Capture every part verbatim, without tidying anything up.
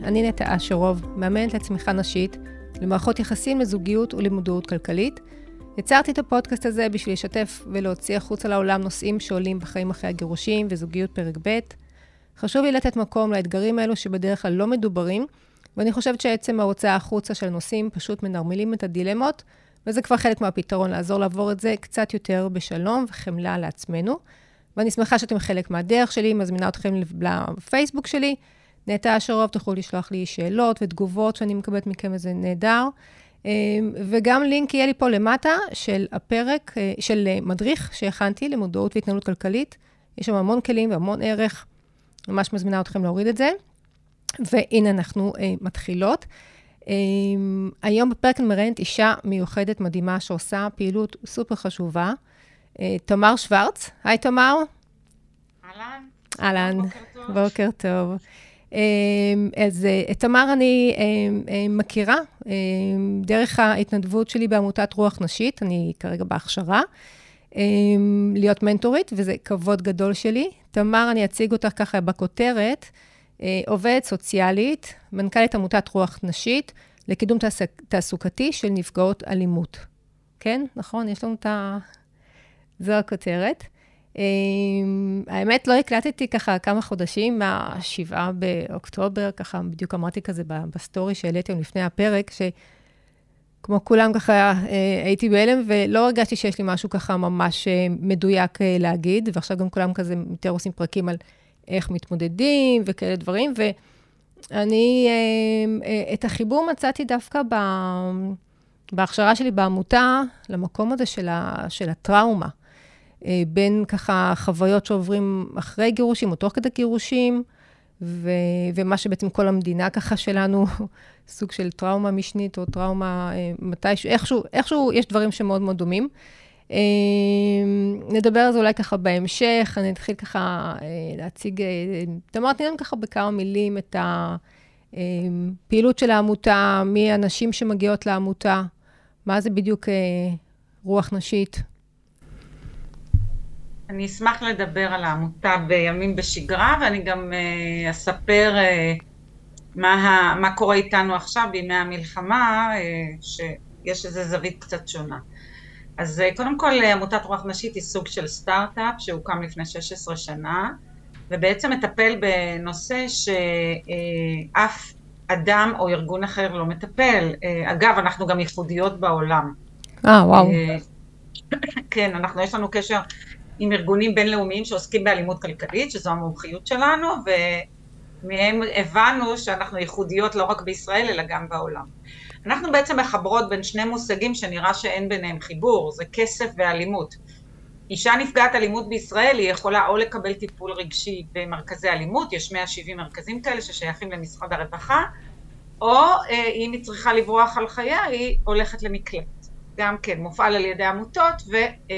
אני נטע אשרוב, מאמנת לצמיחה נשית, למערכות יחסים לזוגיות ולמודעות כלכלית. יצרתי את הפודקאסט הזה בשביל לשתף ולהוציא החוצה לעולם נושאים שעולים בחיים אחרי הגירושים וזוגיות פרק ב'. חשוב לי לתת מקום לאתגרים האלו שבדרך כלל לא מדוברים, ואני חושבת שעצם ההוצאה החוצה של נושאים פשוט מנרמלים את הדילמות, וזה כבר חלק מהפתרון לעזור לעבור את זה קצת יותר בשלום וחמלה לעצמנו. ואני שמחה שאתם חלק מהדרך שלי, מזמינה אתכם לפייסבוק שלי. נטע אשרוב, תוכלו לשלוח לי שאלות ותגובות שאני מקבלת מכם, איזה נהדר. וגם לינק יהיה לי פה למטה של הפרק, של מדריך שהכנתי למודעות והתנהלות כלכלית. יש שם המון כלים והמון ערך. ממש מזמינה אתכם להוריד את זה. והנה אנחנו מתחילות. היום בפרק אני מראיינת אישה מיוחדת מדהימה שעושה פעילות סופר חשובה. תמר שוורץ. היי תמר. אהלן. אהלן. בוקר טוב. בוקר טוב. אז את תמר אני מכירה דרך ההתנדבות שלי בעמותת רוח נשית, אני כרגע בהכשרה, להיות מנטורית, וזה כבוד גדול שלי. תמר, אני אציג אותך ככה בכותרת, עובדת סוציאלית, מנכ"לית עמותת רוח נשית, לקידום תעסוקתי של נפגעות אלימות. כן? נכון? יש לנו את ה... זו הכותרת. האמת, לא הקלטתי ככה כמה חודשים, מהשבעה באוקטובר, ככה בדיוק אמרתי כזה בסטורי שהעליתי לפני הפרק, שכמו כולם ככה הייתי בהלם, ולא הרגשתי שיש לי משהו ככה ממש מדויק להגיד, ועכשיו גם כולם כזה יותר עושים פרקים על איך מתמודדים וכאלה דברים, ואני את החיבור מצאתי דווקא ב... בהכשרה שלי בעמותה, למקום הזה של, ה... של הטראומה. בין ככה חוויות שעוברים אחרי גירושים או תוך כדי גירושים, ו... ומה שבעצם כל המדינה ככה שלנו, סוג של טראומה משנית או טראומה מתישהו, איכשהו, איכשהו יש דברים שמאוד מאוד דומים. נדבר על זה אולי ככה בהמשך, אני אתחיל ככה להציג, תמר, תני לנו ככה בכמה מילים את הפעילות של העמותה, מי האנשים שמגיעות לעמותה, מה זה בדיוק רוח נשית. אני אשמח לדבר על העמותה בימים בשגרה, ואני גם uh, אספר uh, מה, ה, מה קורה איתנו עכשיו בימי המלחמה, uh, שיש איזו זווית קצת שונה. אז uh, קודם כל, עמותת רוח נשית היא סוג של סטארט-אפ שהוקם לפני שש עשרה שנה, ובעצם מטפל בנושא שאף uh, אדם או ארגון אחר לא מטפל. Uh, אגב, אנחנו גם ייחודיות בעולם. אה, וואו. Uh, כן, אנחנו, יש לנו קשר עם ארגונים בינלאומיים שעוסקים באלימות כלכלית, שזו המומחיות שלנו, ומהם הבנו שאנחנו ייחודיות לא רק בישראל, אלא גם בעולם. אנחנו בעצם מחברות בין שני מושגים שנראה שאין ביניהם חיבור, זה כסף ואלימות. אישה נפגעת אלימות בישראל, היא יכולה או לקבל טיפול רגשי במרכזי אלימות, יש מאה ובשבעים מרכזים כאלה ששייכים למשרד הרווחה, או אם היא צריכה לברוח על חייה, היא הולכת למקלט. גם כן, מופעל על ידי עמותות ו...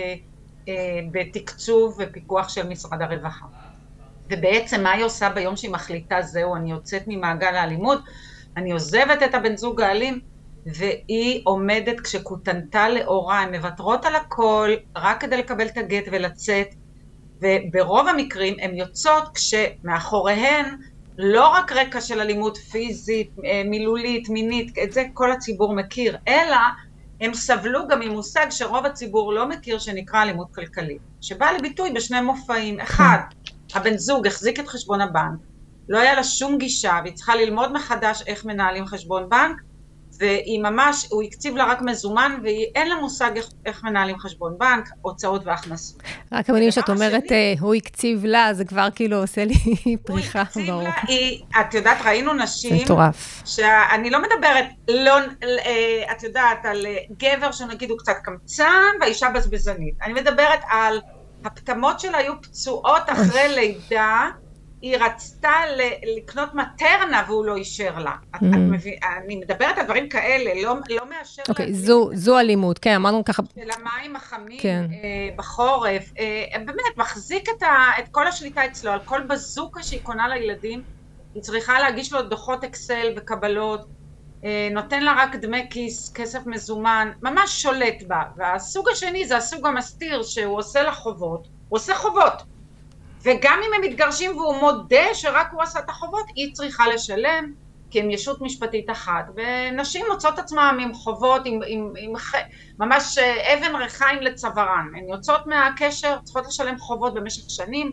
בתקצוב ופיקוח של משרד הרווחה. ובעצם מה היא עושה ביום שהיא מחליטה, זהו, אני יוצאת ממעגל האלימות, אני עוזבת את הבן זוג האלים, והיא עומדת כשכותנתה לאורה, הן מוותרות על הכל, רק כדי לקבל את הגט ולצאת, וברוב המקרים הן יוצאות כשמאחוריהן, לא רק רקע של אלימות פיזית, מילולית, מינית, את זה כל הציבור מכיר, אלא הם סבלו גם ממושג שרוב הציבור לא מכיר, שנקרא אלימות כלכלית, שבא לביטוי בשני מופעים. אחד, הבן זוג החזיק את חשבון הבנק, לא היה לה שום גישה, והיא צריכה ללמוד מחדש איך מנהלים חשבון בנק, והיא ממש, הוא הקציב לה רק מזומן, ואין לה מושג איך, איך מנהלים חשבון בנק, הוצאות והכנסות. רק המילים שאת אומרת, הוא הקציב לה, זה כבר כאילו עושה לי פריחה. הוא הקציב לה, היא, את יודעת, ראינו נשים, זה מטורף. שאני לא מדברת, לא, את יודעת, על גבר שנגיד הוא קצת קמצן, והאישה בזבזנית. אני מדברת על הפתמות שלה היו פצועות אחרי לידה, היא רצתה לקנות מטרנה והוא לא אישר לה. אני מדברת על דברים כאלה, לא מאשר... אוקיי, זו אלימות, כן, אמרנו ככה... של המים החמים בחורף, באמת, מחזיק את כל השליטה אצלו, על כל בזוקה שהיא קונה לילדים, היא צריכה להגיש לו דוחות אקסל וקבלות, נותן לה רק דמי כיס, כסף מזומן, ממש שולט בה. והסוג השני זה הסוג המסתיר, שהוא עושה לה חובות, הוא עושה חובות. וגם אם הם מתגרשים והוא מודה שרק הוא עשה את החובות, היא צריכה לשלם, כי כי הן ישות משפטית אחת, ונשים מוצאות עצמם עם חובות, עם, עם, עם ממש אבן ריחיים לצווארן, הן יוצאות מהקשר, צריכות לשלם חובות במשך שנים,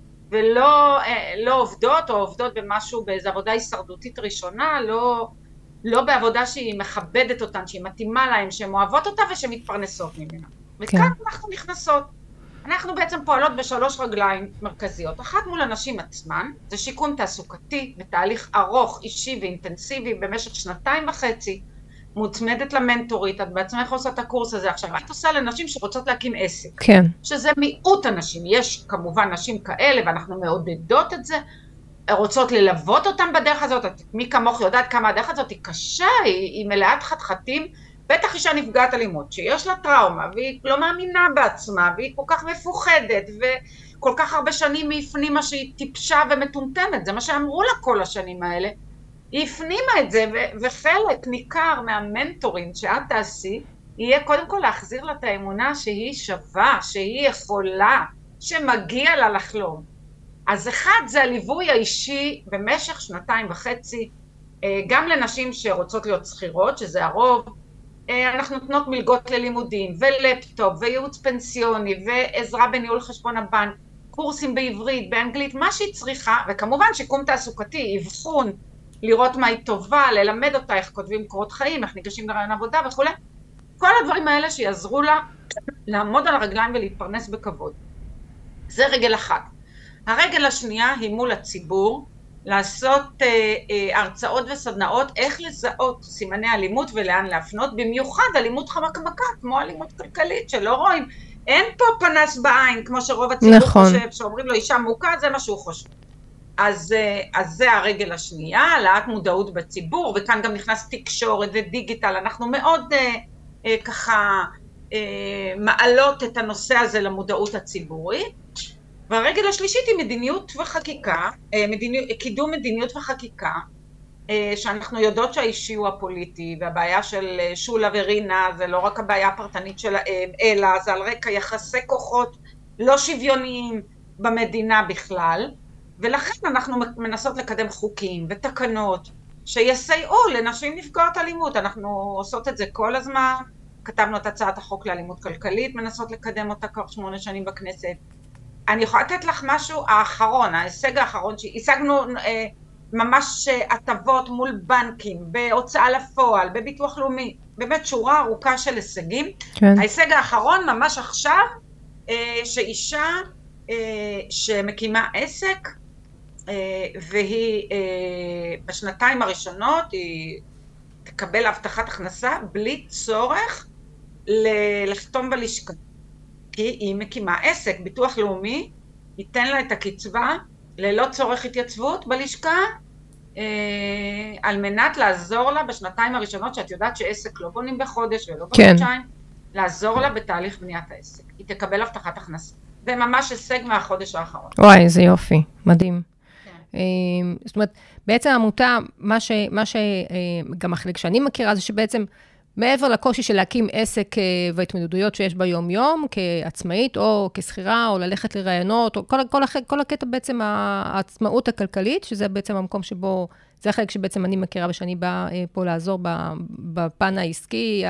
ולא לא עובדות, או עובדות במשהו, באיזו עבודה הישרדותית ראשונה, לא, לא בעבודה שהיא מכבדת אותן, שהיא מתאימה להן, שהן אוהבות אותה ושמתפרנסות ממנה. וכאן כן. אנחנו נכנסות. אנחנו בעצם פועלות בשלוש רגליים מרכזיות. אחת מול הנשים עצמן, זה שיקום תעסוקתי, בתהליך ארוך, אישי ואינטנסיבי, במשך שנתיים וחצי, מוצמדת למנטורית, את בעצמך עושה את הקורס הזה עכשיו, את עושה לנשים שרוצות להקים עסק. כן. שזה מיעוט אנשים, יש כמובן נשים כאלה, ואנחנו מעודדות את זה, רוצות ללוות אותם בדרך הזאת, מי כמוך יודעת כמה הדרך הזאת היא קשה, היא, היא מלאת חתחתים, בטח אישה נפגעת אלימות, שיש לה טראומה, והיא לא מאמינה בעצמה, והיא כל כך מפוחדת, וכל כך הרבה שנים היא הפנימה שהיא טיפשה ומטומטמת, זה מה שאמרו לה כל השנים האלה, היא הפנימה את זה, ו- וחלק ניכר מהמנטורים שאת תעשי, יהיה קודם כל להחזיר לה את האמונה שהיא שווה, שהיא יכולה, שמגיע לה לחלום. אז אחד זה הליווי האישי במשך שנתיים וחצי, גם לנשים שרוצות להיות שכירות, שזה הרוב, אנחנו נותנות מלגות ללימודים, ולפטופ, וייעוץ פנסיוני, ועזרה בניהול חשבון הבנק, קורסים בעברית, באנגלית, מה שהיא צריכה, וכמובן שיקום תעסוקתי, אבחון, לראות מה היא טובה, ללמד אותה איך כותבים קורות חיים, איך ניגשים לרעיון עבודה וכו'. כל הדברים האלה שיעזרו לה לעמוד על הרגליים ולהתפרנס בכבוד. זה רגל אחת. הרגל השנייה היא מול הציבור, לעשות אה, אה, הרצאות וסדנאות, איך לזהות סימני אלימות ולאן להפנות, במיוחד אלימות חמקמקה, כמו אלימות כלכלית שלא רואים. אין פה פנס בעין, כמו שרוב הציבור נכון. חושב, שאומרים לו אישה מוכה, זה מה שהוא חושב. אז, אז זה הרגל השנייה, העלאת מודעות בציבור, וכאן גם נכנס תקשורת ודיגיטל, אנחנו מאוד אה, אה, ככה אה, מעלות את הנושא הזה למודעות הציבורית, והרגל השלישית היא מדיניות וחקיקה, אה, מדיניות, קידום מדיניות וחקיקה, אה, שאנחנו יודעות שהאישי הוא הפוליטי, והבעיה של שולה ורינה זה לא רק הבעיה הפרטנית שלהם, אלא זה על רקע יחסי כוחות לא שוויוניים במדינה בכלל, ולכן אנחנו מנסות לקדם חוקים ותקנות שיסייעו לנשים נפגעות אלימות. אנחנו עושות את זה כל הזמן, כתבנו את הצעת החוק לאלימות כלכלית, מנסות לקדם אותה כבר שמונה שנים בכנסת. אני יכולה לתת לך משהו האחרון, ההישג האחרון שהשגנו אה, ממש הטבות מול בנקים, בהוצאה לפועל, בביטוח לאומי, באמת שורה ארוכה של הישגים. כן. ההישג האחרון ממש עכשיו, אה, שאישה אה, שמקימה עסק, והיא בשנתיים הראשונות היא תקבל הבטחת הכנסה בלי צורך לחתום בלשכה, כי היא מקימה עסק. ביטוח לאומי ייתן לה את הקצבה ללא צורך התייצבות בלשכה, על מנת לעזור לה בשנתיים הראשונות, שאת יודעת שעסק לא בונים בחודש ולא בחודשיים, כן. לעזור לה בתהליך בניית העסק. היא תקבל הבטחת הכנסה. זה ממש הישג מהחודש האחרון. וואי, זה יופי, מדהים. זאת אומרת, בעצם העמותה, מה ש, מה שגם החלק שאני מכירה, זה שבעצם מעבר לקושי של להקים עסק והתמודדויות שיש ביום-יום, כעצמאית או כסחירה, או ללכת לרעיונות, או כל, כל, כל הקטע בעצם העצמאות הכלכלית, שזה בעצם המקום שבו, זה החלק שבעצם אני מכירה, ושאני באה פה לעזור בפן העסקי,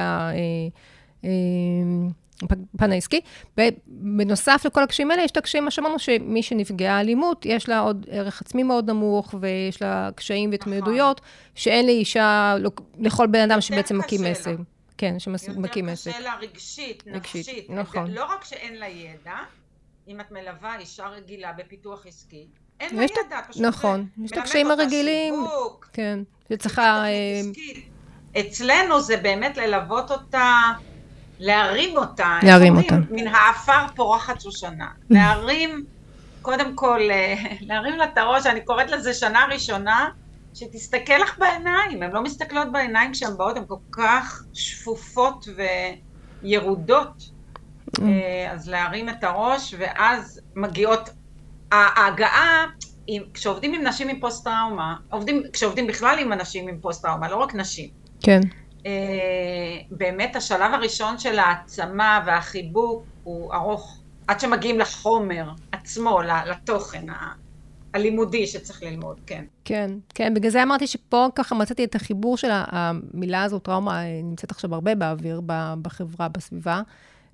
פן העסקי. בנוסף לכל הקשיים האלה, יש את הקשיים, מה שאמרנו, שמי שנפגעה אלימות, יש לה עוד ערך עצמי מאוד נמוך, ויש לה קשיים והתמודדויות, שאין לי אישה, לכל בן אדם שבעצם מקים עסק. כן, שמקים עסק. יותר קשה לה רגשית, נפשית. נכון. לא רק שאין לה ידע, אם את מלווה אישה רגילה בפיתוח עסקי, אין לה ידע, פשוט. נכון. יש את הקשיים הרגילים. כן. שצריכה... אצלנו זה באמת ללוות אותה, להרים אותה, להרים אותה. מן האפר פורחת שושנה. להרים, קודם כל, להרים לה את הראש, אני קוראת לזה שנה ראשונה, שתסתכל לך בעיניים, הן לא מסתכלות בעיניים כשהן באות, הן כל כך שפופות וירודות, אז להרים את הראש, ואז מגיעות, ההגעה, כשעובדים עם נשים עם פוסט-טראומה, כשעובדים בכלל עם אנשים עם פוסט-טראומה, לא רק נשים. כן. באמת השלב הראשון של העצמה והחיבוק הוא ארוך, עד שמגיעים לחומר עצמו, לתוכן הלימודי שצריך ללמוד, כן. כן, כן, בגלל זה אמרתי שפה ככה מצאתי את החיבור של המילה הזו, טראומה, נמצאת עכשיו הרבה באוויר, בחברה, בסביבה,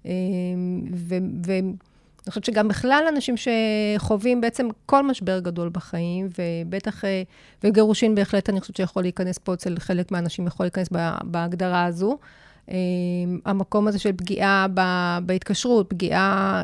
ואני חושבת שגם בכלל אנשים שחווים בעצם כל משבר גדול בחיים, ובטח, וגירושין בהחלט אני חושבת שיכול להיכנס פה אצל חלק מהאנשים, יכול להיכנס בהגדרה הזו, המקום הזה של פגיעה בהתקשרות, פגיעה,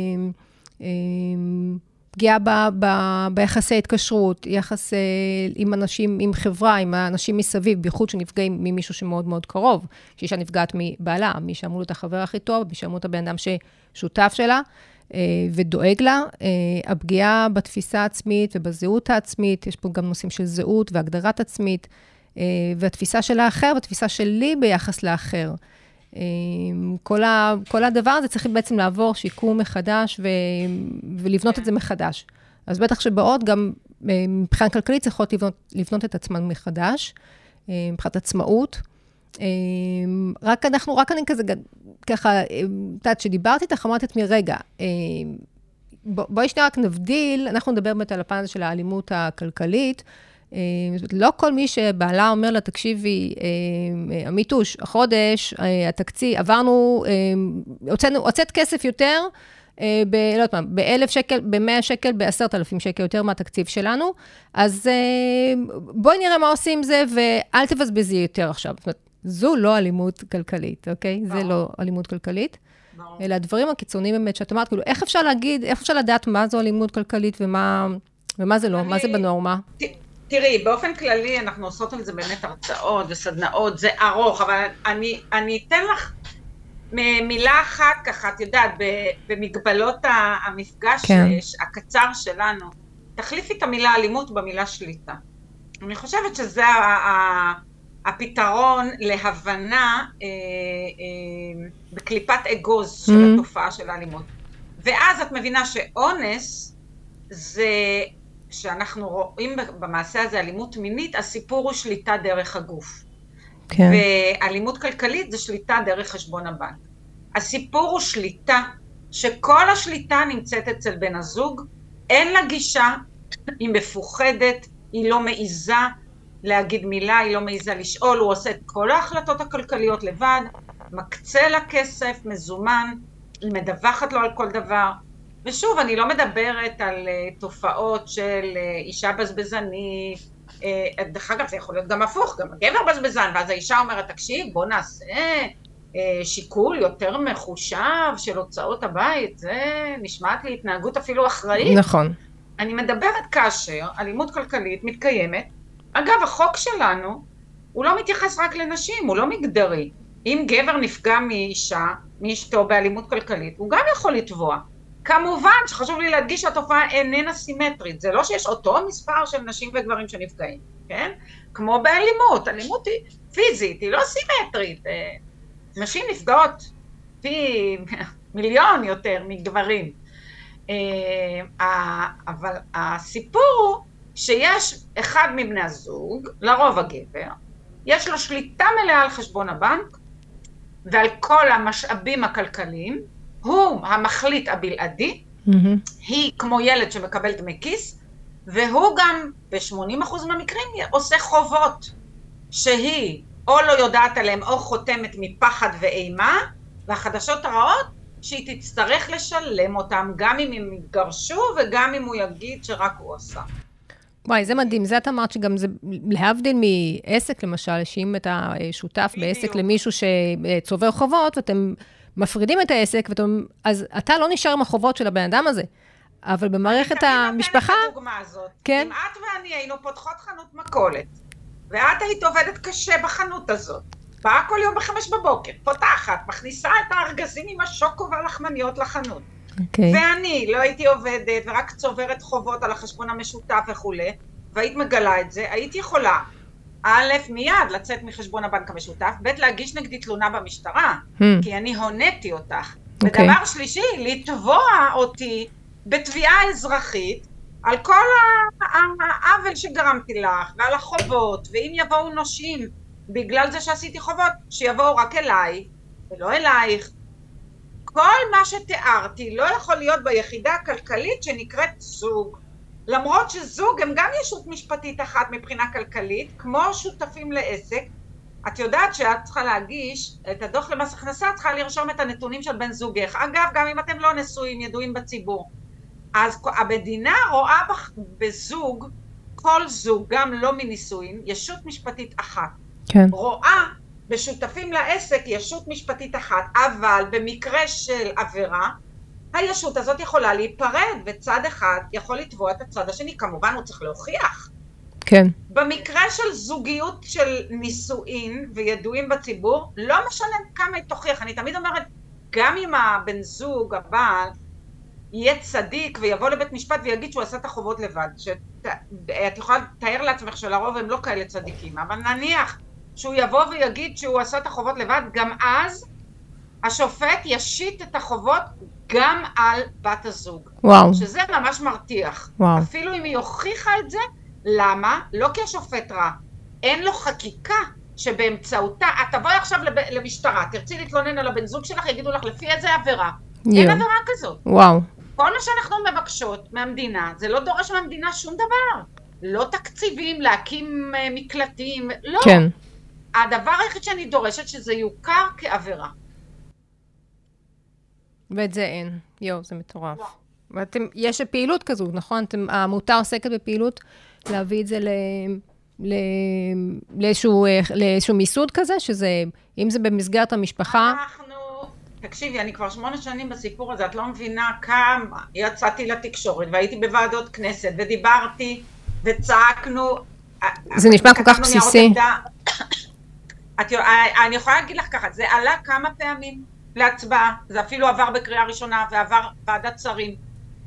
פגיעה ב, ב, ביחסי התקשרות, יחס עם אנשים, עם חברה, עם האנשים מסביב, בייחוד שנפגעים ממישהו שמאוד מאוד קרוב, שאישה נפגעת מבעלה, מי שאמרו לו את החבר הכי טוב, מי שאמרו את הבן אדם ששותף שלה, ודואג לה. הפגיעה בתפיסה העצמית ובזהות העצמית, יש פה גם נושאים של זהות והגדרת עצמית, והתפיסה של האחר, והתפיסה שלי ביחס לאחר. כל, ה, כל הדבר הזה צריך בעצם לעבור שיקום מחדש ו, ולבנות את זה מחדש. אז בטח שבאות גם מבחינה כלכלית צריכות לבנות, לבנות את עצמן מחדש, מבחינת עצמאות. רק אנחנו, רק אני כזה, ככה, תעת, שדיברתי איתך, אמרתי את מרגע, בואי שנייה רק נבדיל, אנחנו נדבר באמת על הפן הזה של האלימות הכלכלית, לא כל מי שבעלה אומר לה, תקשיבי, המיתוש, החודש, התקציב, עברנו, הוצאנו, הוצאת כסף יותר, ב, לא יודעת מה, באלף שקל, במאה שקל, בעשרת אלפים שקל יותר מהתקציב שלנו, אז בואי נראה מה עושים זה, ואל תבזבזי יותר עכשיו. זאת אומרת, זו לא אלימות כלכלית, אוקיי? זה לא אלימות כלכלית. אלא הדברים הקיצוניים באמת, שאת אומרת, כאילו, איך אפשר להגיד, איך אפשר לדעת מה זו אלימות כלכלית, ומה, ומה זה לא, מה זה בנורמה? תראי, באופן כללי אנחנו עושות על זה באמת הרצאות וסדנאות, זה ארוך, אבל אני, אני אתן לך מילה אחת ככה, את יודעת, במגבלות המפגש כן. הקצר שלנו, תחליפי את המילה אלימות במילה שליטה. אני חושבת שזה הפתרון להבנה אה, אה, בקליפת אגוז של mm-hmm. התופעה של האלימות. ואז את מבינה שאונס זה... שאנחנו רואים במעשה הזה אלימות מינית, הסיפור הוא שליטה דרך הגוף. כן. ואלימות כלכלית זה שליטה דרך חשבון הבנק. הסיפור הוא שליטה, שכל השליטה נמצאת אצל בן הזוג, אין לה גישה, היא מפוחדת, היא לא מעיזה להגיד מילה, היא לא מעיזה לשאול, הוא עושה את כל ההחלטות הכלכליות לבד, מקצה לה כסף, מזומן, היא מדווחת לו על כל דבר, ושוב, אני לא מדברת על uh, תופעות של uh, אישה בזבזנית, uh, דרך אגב, זה יכול להיות גם הפוך, גם הגבר בזבזן, ואז האישה אומרת, תקשיב, בוא נעשה uh, שיקול יותר מחושב של הוצאות הבית, זה נשמעת לי התנהגות אפילו אחראית. נכון. אני מדברת כאשר אלימות כלכלית מתקיימת, אגב, החוק שלנו, הוא לא מתייחס רק לנשים, הוא לא מגדרי. אם גבר נפגע מאישה, מאשתו באלימות כלכלית, הוא גם יכול לתבוע. כמובן שחשוב לי להדגיש שהתופעה איננה סימטרית, זה לא שיש אותו מספר של נשים וגברים שנפגעים, כן? כמו באלימות, אלימות היא פיזית, היא לא סימטרית, נשים נפגעות פי מיליון יותר מגברים, אבל הסיפור הוא שיש אחד מבני הזוג, לרוב הגבר, יש לו שליטה מלאה על חשבון הבנק ועל כל המשאבים הכלכליים, הוא המחליט הבלעדי, mm-hmm. היא כמו ילד שמקבל דמי כיס, והוא גם ב-שמונים אחוז מהמקרים עושה חובות, שהיא או לא יודעת עליהם או חותמת מפחד ואימה, והחדשות הרעות שהיא תצטרך לשלם אותם, גם אם הם יתגרשו וגם אם הוא יגיד שרק הוא עושה. וואי, זה מדהים. זה את אמרת שגם זה להבדיל מעסק, למשל, שאם אתה שותף בדיוק. בעסק למישהו שצובר חובות, ואתם מפרידים את העסק, ואתם, אז אתה לא נשאר עם החובות של הבן אדם הזה. אבל במערכת המשפחה... אני תמיד נותנת את הדוגמה הזאת. כן? אם את ואני היינו פותחות חנות מכולת, ואת היית עובדת קשה בחנות הזאת, באה כל יום בחמש בבוקר, פותחת, מכניסה את הארגזים עם השוקו והלחמניות לחנות. Okay. ואני לא הייתי עובדת ורק צוברת חובות על החשבון המשותף וכו', והיית מגלה את זה, היית יכולה, א', מיד לצאת מחשבון הבנק המשותף, ב', להגיש נגדי תלונה במשטרה, hmm. כי אני הונאתי אותך. Okay. ודבר שלישי, לתבוע אותי בתביעה אזרחית, על כל העוול שגרמתי לך, ועל החובות, ואם יבואו נושים, בגלל זה שעשיתי חובות, שיבואו רק אליי, ולא אלייך. כל מה שתיארתי לא יכול להיות ביחידה הכלכלית שנקראת זוג. למרות שזוג הם גם ישות משפטית אחת מבחינה כלכלית, כמו שותפים לעסק. את יודעת שאת צריכה להגיש את הדוח למס הכנסה, צריכה לרשום את הנתונים של בן זוגך. אגב, גם אם אתם לא נשואים, ידועים בציבור. אז המדינה רואה בזוג, כל זוג, גם לא מנישואין, ישות משפטית אחת. כן. רואה בשותפים לעסק ישות משפטית אחת, אבל במקרה של עבירה, הישות הזאת יכולה להיפרד, וצד אחד יכול לתבוע את הצד השני, כמובן הוא צריך להוכיח. כן. במקרה של זוגיות של נישואין וידועים בציבור, לא משנה כמה היא תוכיח. אני תמיד אומרת, גם אם הבן זוג, הבעל, יהיה צדיק ויבוא לבית משפט ויגיד שהוא עשה את החובות לבד, שאת, את יכולה לתאר לעצמך שלרוב הם לא כאלה צדיקים, אבל נניח שהוא יבוא ויגיד שהוא עשה את החובות לבד, גם אז השופט ישית את החובות גם על בת הזוג. וואו. שזה ממש מרתיח. וואו. אפילו אם היא הוכיחה את זה, למה? לא כי השופט רע. אין לו חקיקה שבאמצעותה, את תבואי עכשיו למשטרה, תרצי להתלונן על הבן זוג שלך, יגידו לך לפי איזה עבירה. יו. אין עבירה כזאת. וואו. כל מה שאנחנו מבקשות מהמדינה, זה לא דורש מהמדינה שום דבר. לא תקציבים, להקים מקלטים, לא. כן. הדבר היחיד שאני דורשת שזה יוכר כעבירה. ואת זה אין. יו, זה מטורף. ואתם, יש פעילות כזו, נכון? אתם, העמותה עוסקת בפעילות להביא את זה ל, ל, לאיזשהו, לאיזשהו מיסוד כזה, שזה, אם זה במסגרת המשפחה. אנחנו, תקשיבי, אני כבר שמונה שנים בסיפור הזה, את לא מבינה כמה יצאתי לתקשורת, והייתי בוועדות כנסת, ודיברתי, וצעקנו. זה נשמע כל כך בסיסי. את, אני יכולה להגיד לך ככה, זה עלה כמה פעמים להצבעה, זה אפילו עבר בקריאה ראשונה, ועבר ועדת שרים.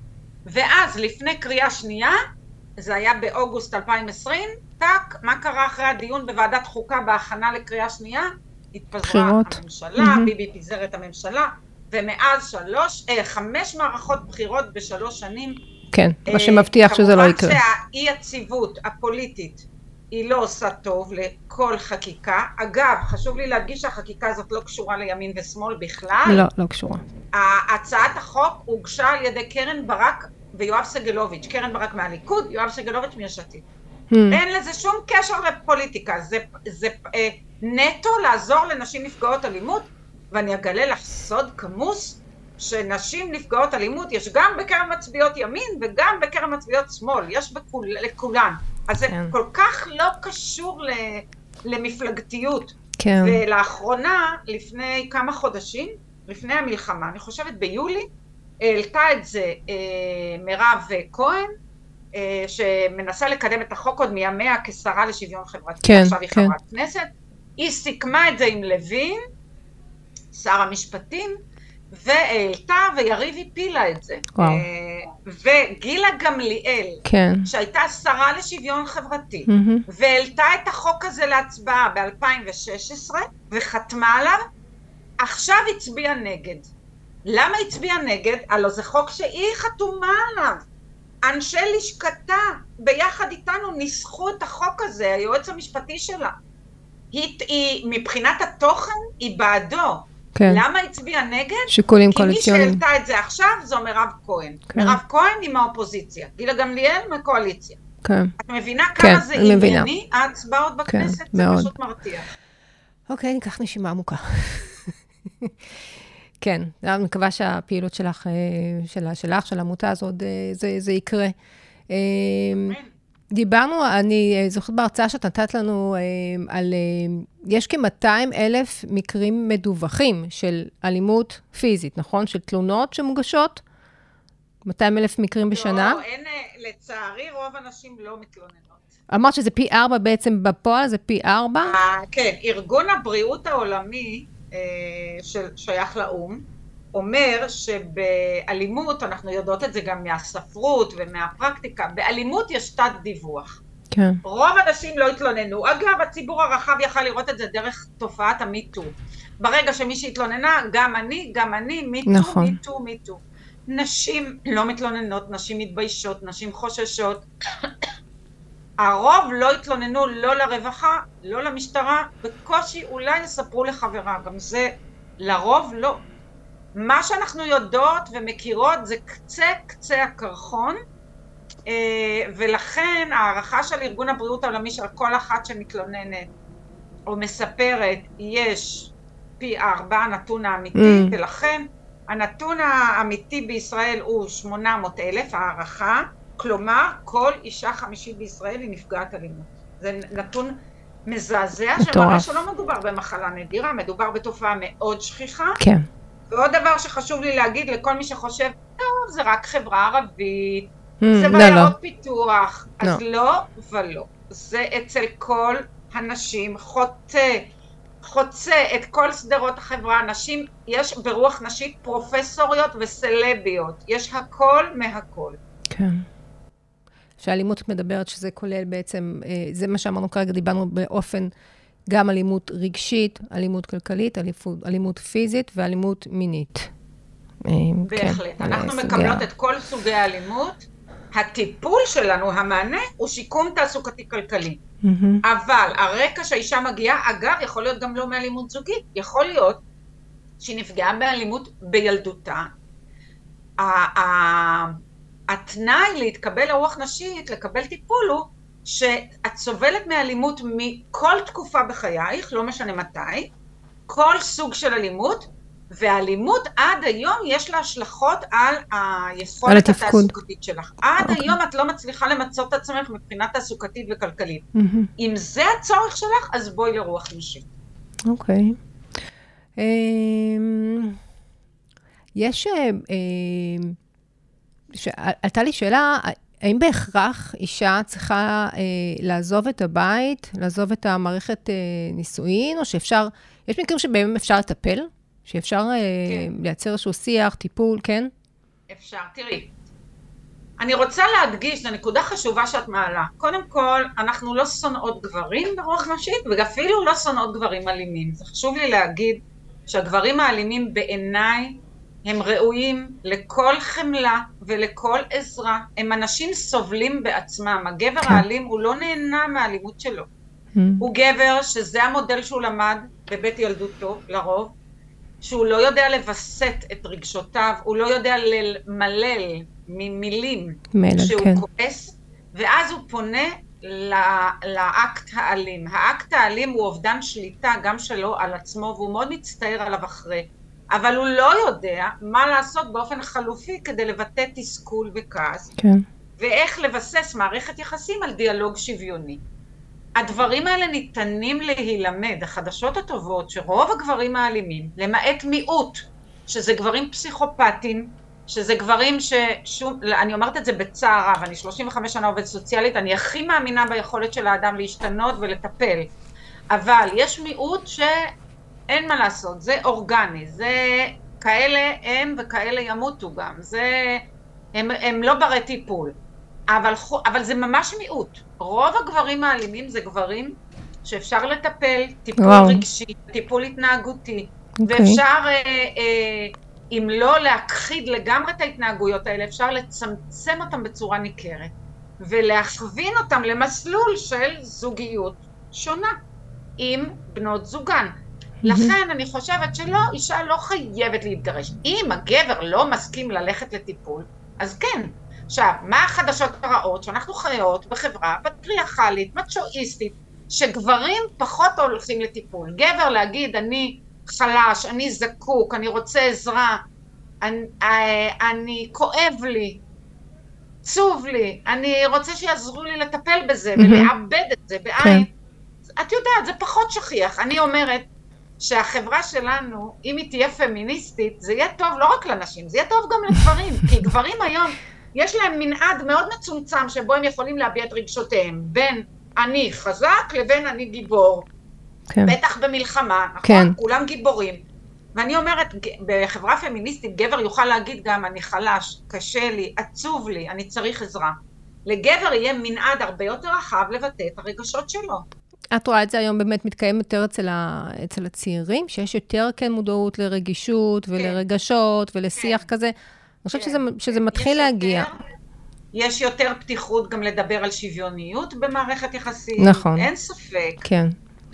ואז לפני קריאה שנייה, זה היה באוגוסט אלפיים ועשרים, טק, מה קרה אחרי הדיון בוועדת חוקה בהכנה לקריאה שנייה? התפזרה בחירות. הממשלה, mm-hmm. ביבי פיזר את הממשלה, ומאז שלוש, אה, חמש מערכות בחירות בשלוש שנים. כן, אה, מה שמבטיח שזה לא יקרה. כמובן שהאי יציבות הפוליטית היא לא עושה טוב לכל חקיקה. אגב, חשוב לי להדגיש שהחקיקה הזאת לא קשורה לימין ושמאל בכלל. לא, לא קשורה. הצעת החוק הוגשה על ידי קרן ברק ויואב סגלוביץ', קרן ברק מהליכוד, יואב סגלוביץ' מיש עתיד. Hmm. אין לזה שום קשר לפוליטיקה, זה, זה אה, נטו לעזור לנשים נפגעות אלימות, ואני אגלה לך סוד כמוס, שנשים נפגעות אלימות יש גם בקרב מצביעות ימין וגם בקרב מצביעות שמאל, יש בכול, לכולן. אז זה כן. כל כך לא קשור ל, למפלגתיות. כן. ולאחרונה, לפני כמה חודשים, לפני המלחמה, אני חושבת ביולי, העלתה את זה אה, מירב כהן, אה, שמנסה לקדם את החוק עוד מימיה כשרה לשוויון חברתי, כן, עכשיו היא כן. חברת כנסת, היא סיכמה את זה עם לוין, שר המשפטים, והעלתה ויריב הפילה את זה. וואו. וגילה גמליאל, כן. שהייתה שרה לשוויון חברתי, Mm-hmm. והעלתה את החוק הזה להצבעה ב-אלפיים ושש עשרה, וחתמה עליו, עכשיו הצביעה נגד. למה הצביעה נגד? הלוא זה חוק שהיא חתומה עליו. אנשי לשכתה ביחד איתנו ניסחו את החוק הזה, היועץ המשפטי שלה. היא, היא מבחינת התוכן היא בעדו. כן. למה הצביעה נגד? שיקולים קואליציוניים. כי מי שהעלתה את זה עכשיו זו מירב כהן. כן. מירב כהן היא מהאופוזיציה, גילה גמליאל מהקואליציה. כן. את מבינה כן, כמה זה אני מבינה. ענייני? ההצבעות בכנסת כן, זה מאוד. פשוט מרתיע. אוקיי, ניקח נשימה עמוקה. כן, אני מקווה שהפעילות שלך, של, שלך, של העמותה הזאת, זה, זה יקרה. דיברנו, אני זוכרת בהרצאה שאת נתת לנו על, יש כ-מאתיים אלף מקרים מדווחים של אלימות פיזית, נכון? של תלונות שמוגשות? מאתיים אלף מקרים בשנה? לא, אין, לצערי רוב אנשים לא מתלוננות. אמרת שזה פי ארבע בעצם בפועל, זה פי ארבע? כן, ארגון הבריאות העולמי, ששייך לאום, אומר שבאלימות, אנחנו יודעות את זה גם מהספרות ומהפרקטיקה, באלימות יש תת דיווח. כן. רוב אנשים לא התלוננו. אגב, הציבור הרחב יכל לראות את זה דרך תופעת המיטו. ברגע שמישהי התלוננה, גם אני, גם אני, מיטו, נכון. מיטו, מיטו. נשים לא מתלוננות, נשים מתביישות, נשים חוששות. הרוב לא התלוננו לא לרווחה, לא למשטרה, בקושי אולי יספרו לחברה, גם זה לרוב לא. מה שאנחנו יודעות ומכירות זה קצה קצה הקרחון, ולכן הערכה של ארגון הבריאות העולמי של כל אחת שמתלוננת או מספרת, יש פי ארבע נתון האמיתי, mm. ולכן הנתון האמיתי בישראל הוא שמונה מאות אלף, הערכה, כלומר כל אישה חמישית בישראל היא נפגעת אלימות. זה נתון מזעזע שמראה שלא מדובר במחלה נדירה, מדובר בתופעה מאוד שכיחה. כן. ועוד דבר שחשוב לי להגיד לכל מי שחושב, טוב, זה רק חברה ערבית, mm, זה לא, בעיירות לא. פיתוח, לא. אז לא ולא. זה אצל כל הנשים חוצה, חוצה את כל סדרות החברה. נשים, יש ברוח נשית פרופסוריות וסלביות, יש הכל מהכל. כן. שהאלימות מדברת שזה כולל בעצם, זה מה שאמרנו כרגע, דיברנו באופן גם אלימות רגשית, אלימות כלכלית, אלימות, אלימות פיזית ואלימות מינית. בהחלט. כן, אנחנו מקבלות את כל סוגי האלימות. הטיפול שלנו, המענה, הוא שיקום תעסוקתי כלכלי. Mm-hmm. אבל הרקע שהאישה מגיעה, אגב, יכול להיות גם לא מאלימות זוגית. יכול להיות שהיא נפגעה באלימות בילדותה. התנאי להתקבל לרוח נשית, לקבל טיפול הוא, שאת סובלת מאלימות מכל תקופה בחייך, לא משנה מתי, כל סוג של אלימות, והאלימות עד היום יש לה השלכות על היכולת התעסוקתית שלך. עד okay. היום את לא מצליחה למצות את עצמך מבחינה תעסוקתית וכלכלית. Mm-hmm. אם זה הצורך שלך, אז בואי לרוח נשית. אוקיי. Okay. יש... עלתה לי שאלה, האם בהכרח אישה צריכה אה, לעזוב את הבית, לעזוב את המערכת אה, נישואין, או שאפשר, יש מקרים שבהם אפשר לטפל, שאפשר אה, כן. לייצר איזשהו שיח, טיפול, כן? אפשר, תראי. אני רוצה להדגיש, זו נקודה חשובה שאת מעלה. קודם כל, אנחנו לא שונאות גברים ברוח נשית, ואפילו לא שונאות גברים אלימים. זה חשוב לי להגיד שהגברים האלימים בעיניי, הם ראויים לכל חמלה ולכל עזרה. הם אנשים סובלים בעצמם. הגבר כן. האלים הוא לא נהנה מהאלימות שלו. Mm. הוא גבר שזה המודל שהוא למד בבית ילדותו, לרוב, שהוא לא יודע לבסט את רגשותיו, הוא לא יודע למלל ממילים מלד, שהוא כן. כועס, ואז הוא פונה לאקט האלים. האקט האלים הוא אובדן שליטה גם שלו על עצמו, והוא מאוד מצטער עליו אחרי. אבל הוא לא יודע מה לעשות באופן חלופי כדי לבטא תסכול וכעס, כן. ואיך לבסס מערכת יחסים על דיאלוג שוויוני. הדברים האלה ניתנים להילמד. החדשות הטובות שרוב הגברים האלימים, למעט מיעוט, שזה גברים פסיכופטיים, שזה גברים ששום, אני אומרת את זה בצער רב, אני שלושים וחמש שנה עובדת סוציאלית, אני הכי מאמינה ביכולת של האדם להשתנות ולטפל, אבל יש מיעוט ש... אין מה לעשות, זה אורגני, זה כאלה הם וכאלה ימותו גם, זה, הם, הם לא ברי טיפול, אבל, אבל זה ממש מיעוט. רוב הגברים האלימים זה גברים שאפשר לטפל, טיפול וואו. רגשי, טיפול התנהגותי, okay. ואפשר, אה, אה, אם לא להכחיד לגמרי את ההתנהגויות האלה, אפשר לצמצם אותם בצורה ניכרת, ולהכווין אותם למסלול של זוגיות שונה, עם בנות זוגן. לכן אני חושבת שלא, אישה לא חייבת להתגרש. אם הגבר לא מסכים ללכת לטיפול, אז כן. עכשיו, מה החדשות הרעות? שאנחנו חיות בחברה פטריארכלית, מצ'ואיסטית, שגברים פחות הולכים לטיפול. גבר להגיד, אני חלש, אני זקוק, אני רוצה עזרה, אני, אני כואב לי, עצוב לי, אני רוצה שיעזרו לי לטפל בזה ולעבד את זה בעין. את יודעת, זה פחות שכיח. אני אומרת, שהחברה שלנו, אם היא תהיה פמיניסטית, זה יהיה טוב לא רק לנשים, זה יהיה טוב גם לגברים, כי גברים היום, יש להם מנעד מאוד מצומצם, שבו הם יכולים להביע את רגשותיהם, בין אני חזק לבין אני גיבור, כן. בטח במלחמה, נכון? כן. כולם גיבורים, ואני אומרת, בחברה פמיניסטית, גבר יוכל להגיד גם, אני חלש, קשה לי, עצוב לי, אני צריך עזרה. לגבר יהיה מנעד הרבה יותר רחב לבטא את הרגשות שלו. את רואה את זה היום באמת מתקיים יותר אצל, ה, אצל הצעירים, שיש יותר כן מודעות לרגישות כן. ולרגשות ולשיח כן. כזה. אני חושבת כן. שזה, שזה מתחיל להגיע. יותר, יש יותר פתיחות גם לדבר על שוויוניות במערכת יחסים. נכון. אין ספק. כן.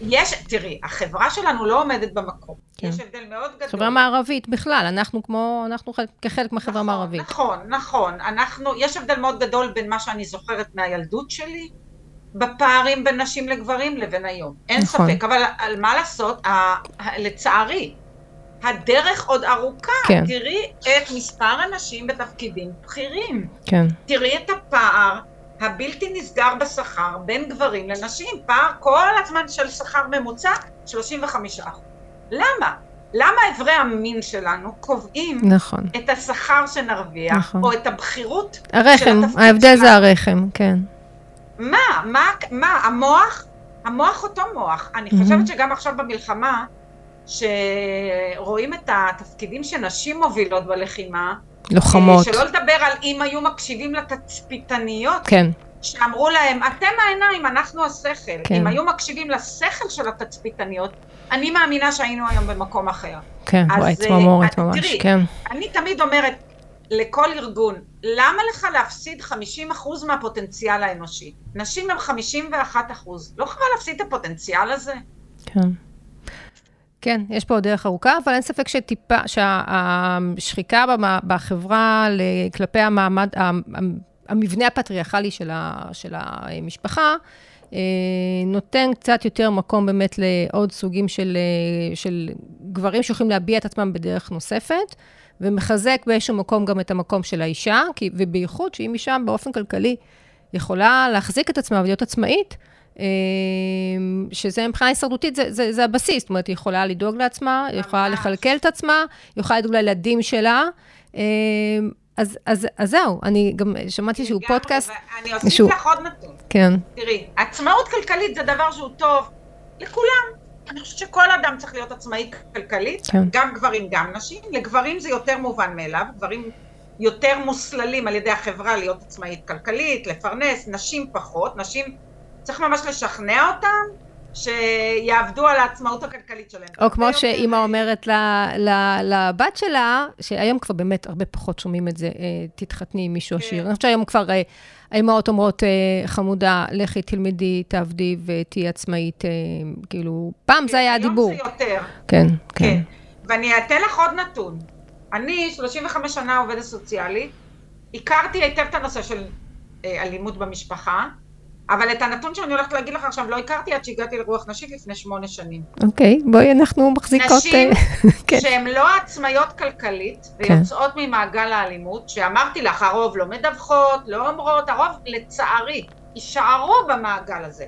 יש, תראי, החברה שלנו לא עומדת במקום. כן. יש הבדל מאוד גדול. חברה מערבית בכלל, אנחנו כמו, אנחנו כחלק מהחברה נכון, מערבית. נכון, נכון. אנחנו, יש הבדל מאוד גדול בין מה שאני זוכרת מהילדות שלי, בפערים בין נשים לגברים לבין היום. אין נכון. ספק, אבל על מה לעשות, ה, ה, לצערי, הדרך עוד ארוכה. כן. תראי את מספר הנשים בתפקידים בכירים. כן. תראי את הפער הבלתי נסגר בשכר בין גברים לנשים. פער כל הזמן של שכר ממוצע, שלושים וחמישה אחוז. למה? למה עברי המין שלנו קובעים נכון. את השכר שנרוויח, נכון. או את הבחירות הרחם, של התפקיד ההבדל שלנו? זה הרחם, כן. מה? מה? מה? המוח? המוח אותו מוח. אני חושבת שגם עכשיו במלחמה, שרואים את התפקידים שנשים מובילות בלחימה, לוחמות. שלא לדבר על אם היו מקשיבים לתצפיתניות, כן. שאמרו להם, אתם העיניים, אנחנו השכל. כן. אם היו מקשיבים לשכל של התצפיתניות, אני מאמינה שהיינו היום במקום אחר. כן, אז, וואי, צמרמורת אה, ממש, תראי, כן. אני תמיד אומרת לכל ארגון, למה לך להפסיד חמישים אחוז מהפוטנציאל האנושי? נשים הם חמישים ואחד אחוז. לא חבל להפסיד את הפוטנציאל הזה? כן. כן, יש פה עוד דרך ארוכה, אבל אין ספק שטיפה, שהשחיקה בחברה כלפי המעמד, המבנה הפטריארכלי של, ה, של המשפחה, נותן קצת יותר מקום באמת לעוד סוגים של, של גברים שיכולים להביע את עצמם בדרך נוספת, ומחזק באיזשהו מקום גם את המקום של האישה, כי, ובייחוד שאם אישה באופן כלכלי יכולה להחזיק את עצמה ולהיות עצמאית, שזה מבחינה הישרדותית, זה, זה, זה הבסיס, זאת אומרת, היא יכולה לדאוג לעצמה, היא יכולה לכלכל את עצמה, היא יכולה לדאוג לילדים שלה, אז, אז, אז זהו, אני גם שמעתי שהוא פודקאסט. אני אוסיף לך עוד נתון. כן. תראי, עצמאות כלכלית זה דבר שהוא טוב לכולם. אני חושבת שכל אדם צריך להיות עצמאי כלכלית, כן. גם גברים, גם נשים. לגברים זה יותר מובן מאליו, גברים יותר מוסללים על ידי החברה להיות עצמאית כלכלית, לפרנס, נשים פחות, נשים צריך ממש לשכנע אותם, שיעבדו על העצמאות הכלכלית שלהם. או כמו שאימא אומרת לבת שלה, שהיום כבר באמת הרבה פחות שומעים את זה, תתחתני עם מישהו עשיר. אני חושבת שהיום כבר האימהות אומרות, חמודה, לכי תלמדי, תעבדי ותהי עצמאית, כאילו, פעם זה היה הדיבור. היום זה יותר. כן, כן. ואני אתן לך עוד נתון. אני שלושים וחמש שנה עובדת סוציאלית, הכרתי היטב את הנושא של אלימות במשפחה, אבל את הנתון שאני הולכת להגיד לך עכשיו, לא הכרתי עד שהגעתי לרוח נשית לפני שמונה שנים. אוקיי, בואי, אנחנו מחזיקות... נשים שהן לא עצמאיות כלכלית, ויוצאות ממעגל האלימות, שאמרתי לך, הרוב לא מדווחות, לא אומרות, הרוב לצערי, יישארו במעגל הזה.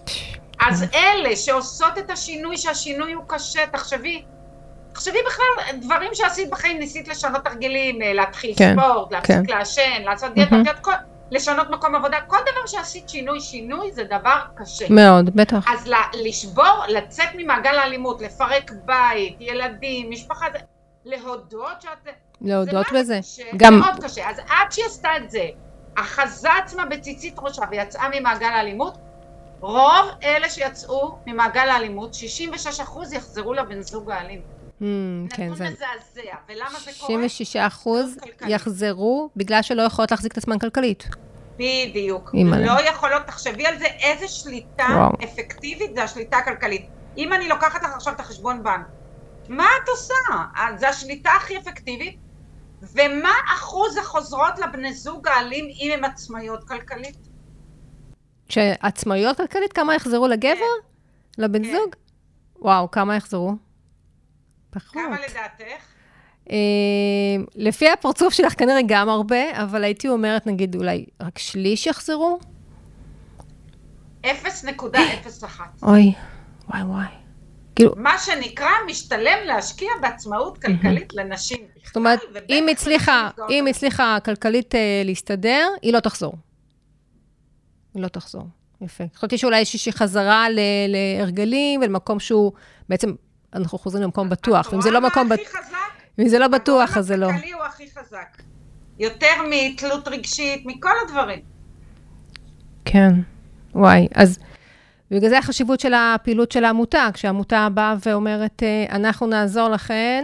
אז אלה שעושות את השינוי, שהשינוי הוא קשה, תחשבי, תחשבי בכלל, דברים שעשית בחיים, ניסית לשנות תרגילים, להתחיל ספורט, להפסיק לעשן, לעשות דיאטה, לשנות מקום עבודה, כל דבר שעשית שינוי, שינוי זה דבר קשה. מאוד, בטח. אז לשבור, לצאת ממעגל האלימות, לפרק בית, ילדים, משפחה, להודות שאת... להודות בזה. זה גם... מאוד קשה. אז עד שהיא עשתה את זה, אחזה עצמה בציצית ראשה ויצאה ממעגל האלימות, רוב אלה שיצאו ממעגל האלימות, שישים ושש אחוז יחזרו לבן זוג האלים. נתון מזעזע, ולמה זה קורה? שישים ושש אחוז יחזרו בגלל שלא יכולות להחזיק את עצמן כלכלית. בדיוק. לא יכולות, תחשבי על זה, איזה שליטה אפקטיבית זה השליטה הכלכלית. אם אני לוקחת לך עכשיו את החשבון בנק, מה את עושה? זה השליטה הכי אפקטיבית, ומה אחוז החוזרות לבני זוג האלים אם הן עצמאיות כלכלית? שעצמאיות כלכלית, כמה יחזרו לגבר? לבן זוג? וואו, כמה יחזרו? פחות. כמה לדעתך? לפי הפרצוף שלך כנראה גם הרבה, אבל הייתי אומרת, נגיד, אולי רק שליש יחזרו? אפס נקודה אפס אחת. אוי, וואי וואי. מה שנקרא, משתלם להשקיע בעצמאות כלכלית לנשים. זאת אומרת, אם הצליחה, אם הצליחה כלכלית להסתדר, היא לא תחזור. היא לא תחזור. יפה. חשבתי שאולי יש איזושהי חזרה להרגלים, ולמקום שהוא בעצם... אנחנו חוזרים למקום בטוח, ואם זה לא מקום בטוח, ואם זה לא בטוח, אז זה לא. הכלכלי הוא הכי חזק. יותר מתלות רגשית, מכל הדברים. כן, וואי. אז בגלל זה החשיבות של הפעילות של העמותה, כשהעמותה באה ואומרת, אנחנו נעזור לכן,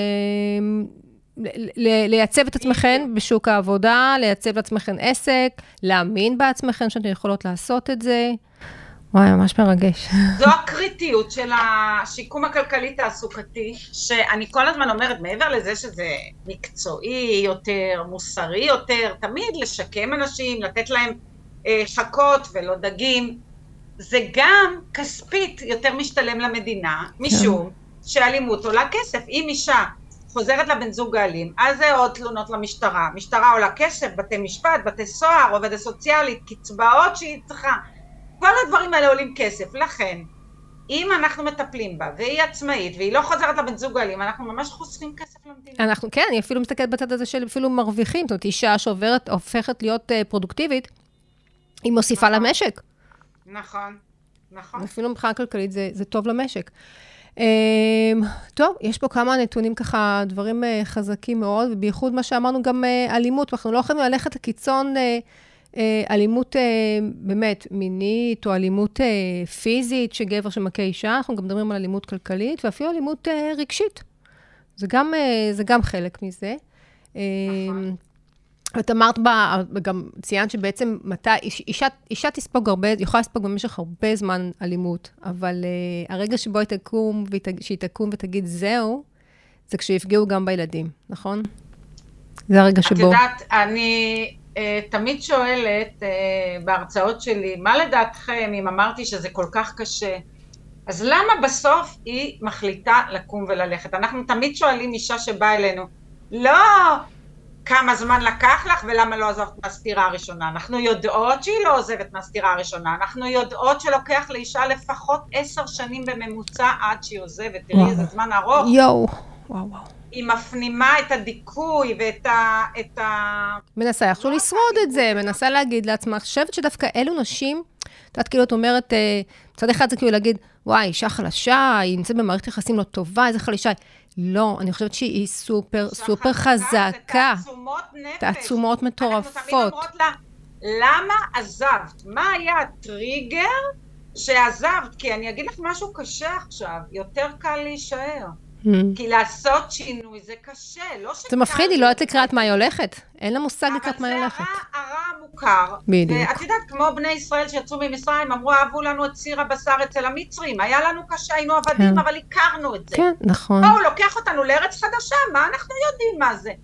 לייצב את עצמכן בשוק העבודה, לייצב לעצמכן עסק, להאמין בעצמכן שאתן יכולות לעשות את זה. וואי, ממש מרגש. זו הקריטיות של השיקום הכלכלי תעסוקתי, שאני כל הזמן אומרת, מעבר לזה שזה מקצועי יותר, מוסרי יותר, תמיד לשקם אנשים, לתת להם אה, חכות ולא דגים, זה גם כספית יותר משתלם למדינה, משום שאלימות עולה כסף. אם אישה חוזרת לבן זוג האלים, אז זה עוד תלונות למשטרה, משטרה עולה כסף, בתי משפט, בתי סוהר, עובדת סוציאלית, קצבאות שהיא צריכה, כל הדברים האלה עולים כסף. לכן, אם אנחנו מטפלים בה, והיא עצמאית, והיא לא חוזרת לבן זוג האלים, אנחנו ממש חוסכים כסף למדינה. אנחנו, כן, אני אפילו מסתכלת בצד הזה של אפילו מרוויחים, זאת אומרת, אישה שעוברת, הופכת להיות פרודוקטיבית, היא מוסיפה נכון. למשק. נכון, נכון. אפילו מבחינה כלכלית זה, זה טוב למשק. טוב, יש פה כמה נתונים ככה, דברים חזקים מאוד, ובייחוד מה שאמרנו גם אלימות, אנחנו לא יכולים ללכת לקיצון אלימות באמת מינית, או אלימות פיזית, שגבר שמכה אישה, אנחנו גם מדברים על אלימות כלכלית, ואפילו אלימות רגשית. זה גם, זה גם חלק מזה. נכון. את אמרת בה, וגם ציינת שבעצם מתי, אישה, אישה תספוג הרבה, יכולה לספוג במשך הרבה זמן אלימות, אבל uh, הרגע שבו היא תקום, שהיא תקום ותגיד זהו, זה כשיפגעו גם בילדים, נכון? זה הרגע שבו. את יודעת, אני uh, תמיד שואלת uh, בהרצאות שלי, מה לדעתכם אם אמרתי שזה כל כך קשה? אז למה בסוף היא מחליטה לקום וללכת? אנחנו תמיד שואלים אישה שבאה אלינו, לא... כמה זמן לקח לך ולמה לא עזבת מהסתירה הראשונה. אנחנו יודעות שהיא לא עוזבת מהסתירה הראשונה, אנחנו יודעות שלוקח לאישה לפחות עשר שנים בממוצע עד שהיא עוזבת, תראי איזה זמן ארוך. יואו, וואו וואו. היא מפנימה את הדיכוי ואת ה... את ה... מנסה איכשהו לשרוד את זה, מנסה להגיד לעצמה, חושבת שדווקא אלו נשים, את יודעת כאילו את אומרת, מצד אחד זה כאילו להגיד, וואי, אישה חלשה, היא נמצאת במערכת יחסים לא טובה, איזה חלישה. לא, אני חושבת שהיא סופר, סופר חזקה. זה תעצומות נפש. תעצומות מטורפות. אנחנו תמיד אומרות לה, למה עזבת? מה היה הטריגר שעזבת? כי אני אגיד לך משהו קשה עכשיו, יותר קל להישאר. כי לעשות שינוי זה קשה, לא שקל. זה מפחיד, היא לא יודעת לקראת מה היא הולכת. אין לה מושג לקראת מה היא הולכת. אבל זה הרע המוכר. בדיוק. ואת יודעת, כמו בני ישראל שיצאו ממצרים, אמרו, אהבו לנו את סיר הבשר אצל המצרים. היה לנו קשה, היינו עבדים, אבל הכרנו את זה. כן, נכון. בואו, לוקח אותנו לארץ חדשה, מה אנחנו יודעים מה זה?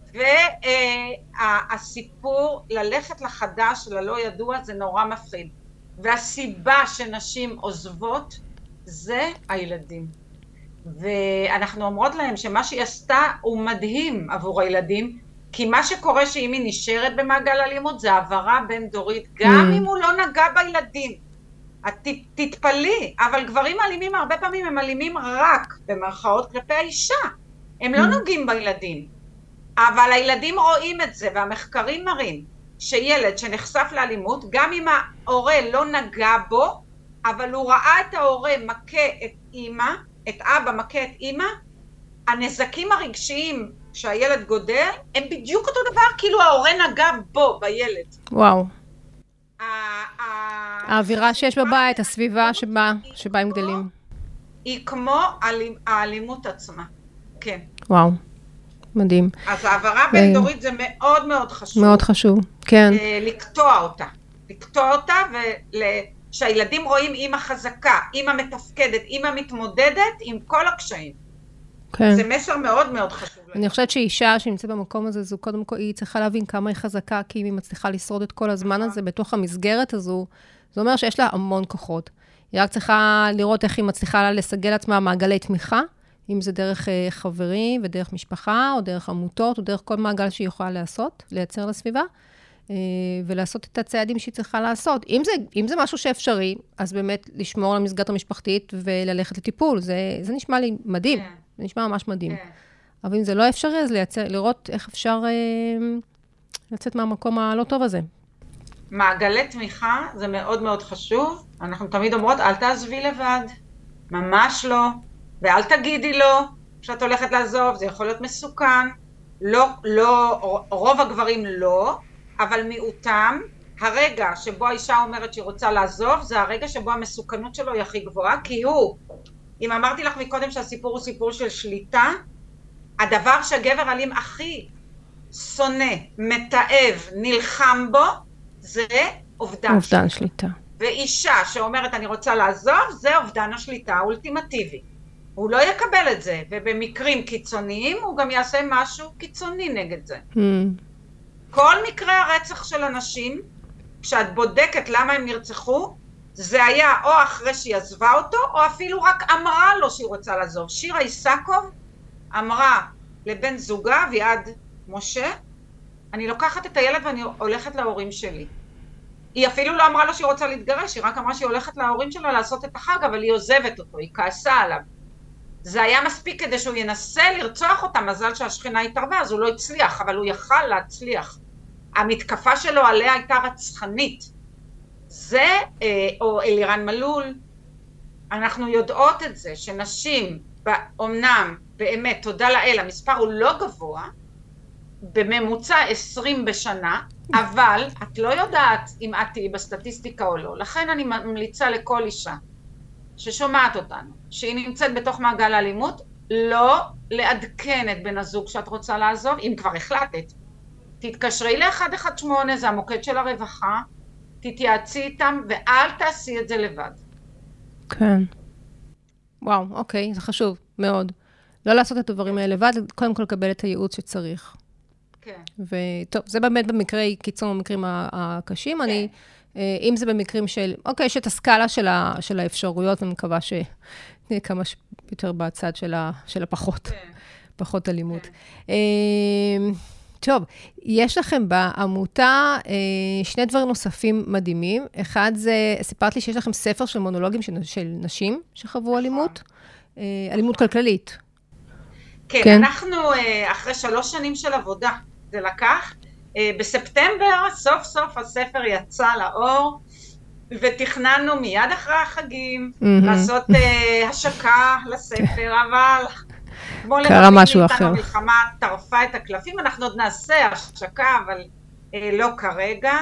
והסיפור, ללכת לחדש, ללא ידוע, זה נורא מפחיד. והסיבה שנשים עוזבות, זה הילדים. ואנחנו אומרות להם שמה שהיא עשתה הוא מדהים עבור הילדים, כי מה שקורה שאם היא נשארת במעגל אלימות זה העברה בין דורית, גם mm. אם הוא לא נגע בילדים. את תתפלי, אבל גברים אלימים הרבה פעמים הם אלימים רק במרכאות כלפי האישה, הם mm. לא נוגעים בילדים, אבל הילדים רואים את זה, והמחקרים מראים שילד שנחשף לאלימות, גם אם ההורה לא נגע בו, אבל הוא ראה את ההורה מכה את אמא, את אבא מכה את אמא, הנזקים הרגשיים שהילד גודל, הם בדיוק אותו דבר, כאילו ההורה נגע בו, בילד. וואו. האווירה שיש בבית, הסביבה שבה, שבה הם גדלים. היא כמו האלימות עצמה. כן. וואו. מדהים. אז העברה בין דורית זה מאוד מאוד חשוב. מאוד חשוב, כן. לקטוע אותה. לקטוע אותה ול... שהילדים רואים אימא חזקה, אימא מתפקדת, אימא מתמודדת עם כל הקשיים. כן. זה מסר מאוד מאוד חשוב. אני חושבת שאישה שנמצאת במקום הזה, זו קודם כל, היא צריכה להבין כמה היא חזקה, כי אם היא מצליחה לשרוד את כל הזמן הזה, בתוך המסגרת הזו, זה אומר שיש לה המון כוחות. היא רק צריכה לראות איך היא מצליחה לסגל עצמה מעגלי תמיכה, אם זה דרך חברים ודרך משפחה, או דרך עמותות, או דרך כל מעגל שהיא יכולה לעשות, לייצר לסביבה. ולעשות את הצעדים שהיא צריכה לעשות. אם זה, אם זה משהו שאפשרי, אז באמת לשמור על המסגרת המשפחתית וללכת לטיפול. זה, זה נשמע לי מדהים. Yeah. זה נשמע ממש מדהים. Yeah. אבל אם זה לא אפשרי, אז לייצר, לראות איך אפשר אה, לצאת מהמקום הלא טוב הזה. מעגלי תמיכה זה מאוד מאוד חשוב. אנחנו תמיד אומרות, אל תעזבי לבד. ממש לא. ואל תגידי לו שאת הולכת לעזוב. זה יכול להיות מסוכן. לא, לא, רוב הגברים לא. אבל מיעוטם, הרגע שבו האישה אומרת שהיא רוצה לעזוב, זה הרגע שבו המסוכנות שלו היא הכי גבוהה, כי הוא, אם אמרתי לך מקודם שהסיפור הוא סיפור של שליטה, הדבר שהגבר אלים הכי שונא, מתעב, נלחם בו, זה אובדן, אובדן שליטה. ואישה שאומרת אני רוצה לעזוב, זה אובדן השליטה האולטימטיבי. הוא לא יקבל את זה, ובמקרים קיצוניים הוא גם יעשה משהו קיצוני נגד זה. Mm. כל מקרה הרצח של אנשים, כשאת בודקת למה הם נרצחו, זה היה או אחרי שהיא עזבה אותו, או אפילו רק אמרה לו שהיא רוצה לעזוב. שירה איסקוב אמרה לבן זוגה, אביעד משה, אני לוקחת את הילד ואני הולכת להורים שלי. היא אפילו לא אמרה לו שהיא רוצה להתגרש, היא רק אמרה שהיא הולכת להורים שלה לעשות את החג, אבל היא עוזבת אותו, היא כעסה עליו. זה היה מספיק כדי שהוא ינסה לרצוח אותה, מזל שהשכינה התערבה, אז הוא לא הצליח, אבל הוא יכל להצליח. המתקפה שלו עליה הייתה רצחנית. זה, או אלירן מלול, אנחנו יודעות את זה, שנשים, אומנם, באמת, תודה לאל, המספר הוא לא גבוה, בממוצע עשרים בשנה, אבל את לא יודעת אם את תהיי בסטטיסטיקה או לא. לכן אני ממליצה לכל אישה ששומעת אותנו, שהיא נמצאת בתוך מעגל האלימות, לא לעדכן את בן הזוג שאת רוצה לעזוב, אם כבר החלטת. תתקשרי ל-אחת אחת שמונה, זה המוקד של הרווחה, תתייעצי איתם ואל תעשי את זה לבד. כן. וואו, אוקיי, זה חשוב מאוד. לא לעשות את הדברים האלה לבד, קודם כל לקבל את הייעוץ שצריך. כן. וטוב, זה באמת במקרי קיצון, במקרים הקשים. כן. אני, אם זה במקרים של, אוקיי, יש את הסקאלה של, ה, של האפשרויות, אני מקווה שנהיה כמה יותר בצד של, ה, של הפחות, כן. פחות אלימות. כן. טוב, יש לכם בעמותה שני דברים נוספים מדהימים. אחד זה, סיפרת לי שיש לכם ספר של מונולוגים של, של נשים שחוו אלימות, אלימות כלכלית. כן, כן, אנחנו אחרי שלוש שנים של עבודה, זה לקח, בספטמבר סוף סוף הספר יצא לאור, ותכננו מיד אחרי החגים, mm-hmm. לעשות השקה לספר, אבל כמו קרה משהו אחר. המלחמה טרפה את הקלפים, אנחנו עוד נעשה השקה, אבל לא כרגע.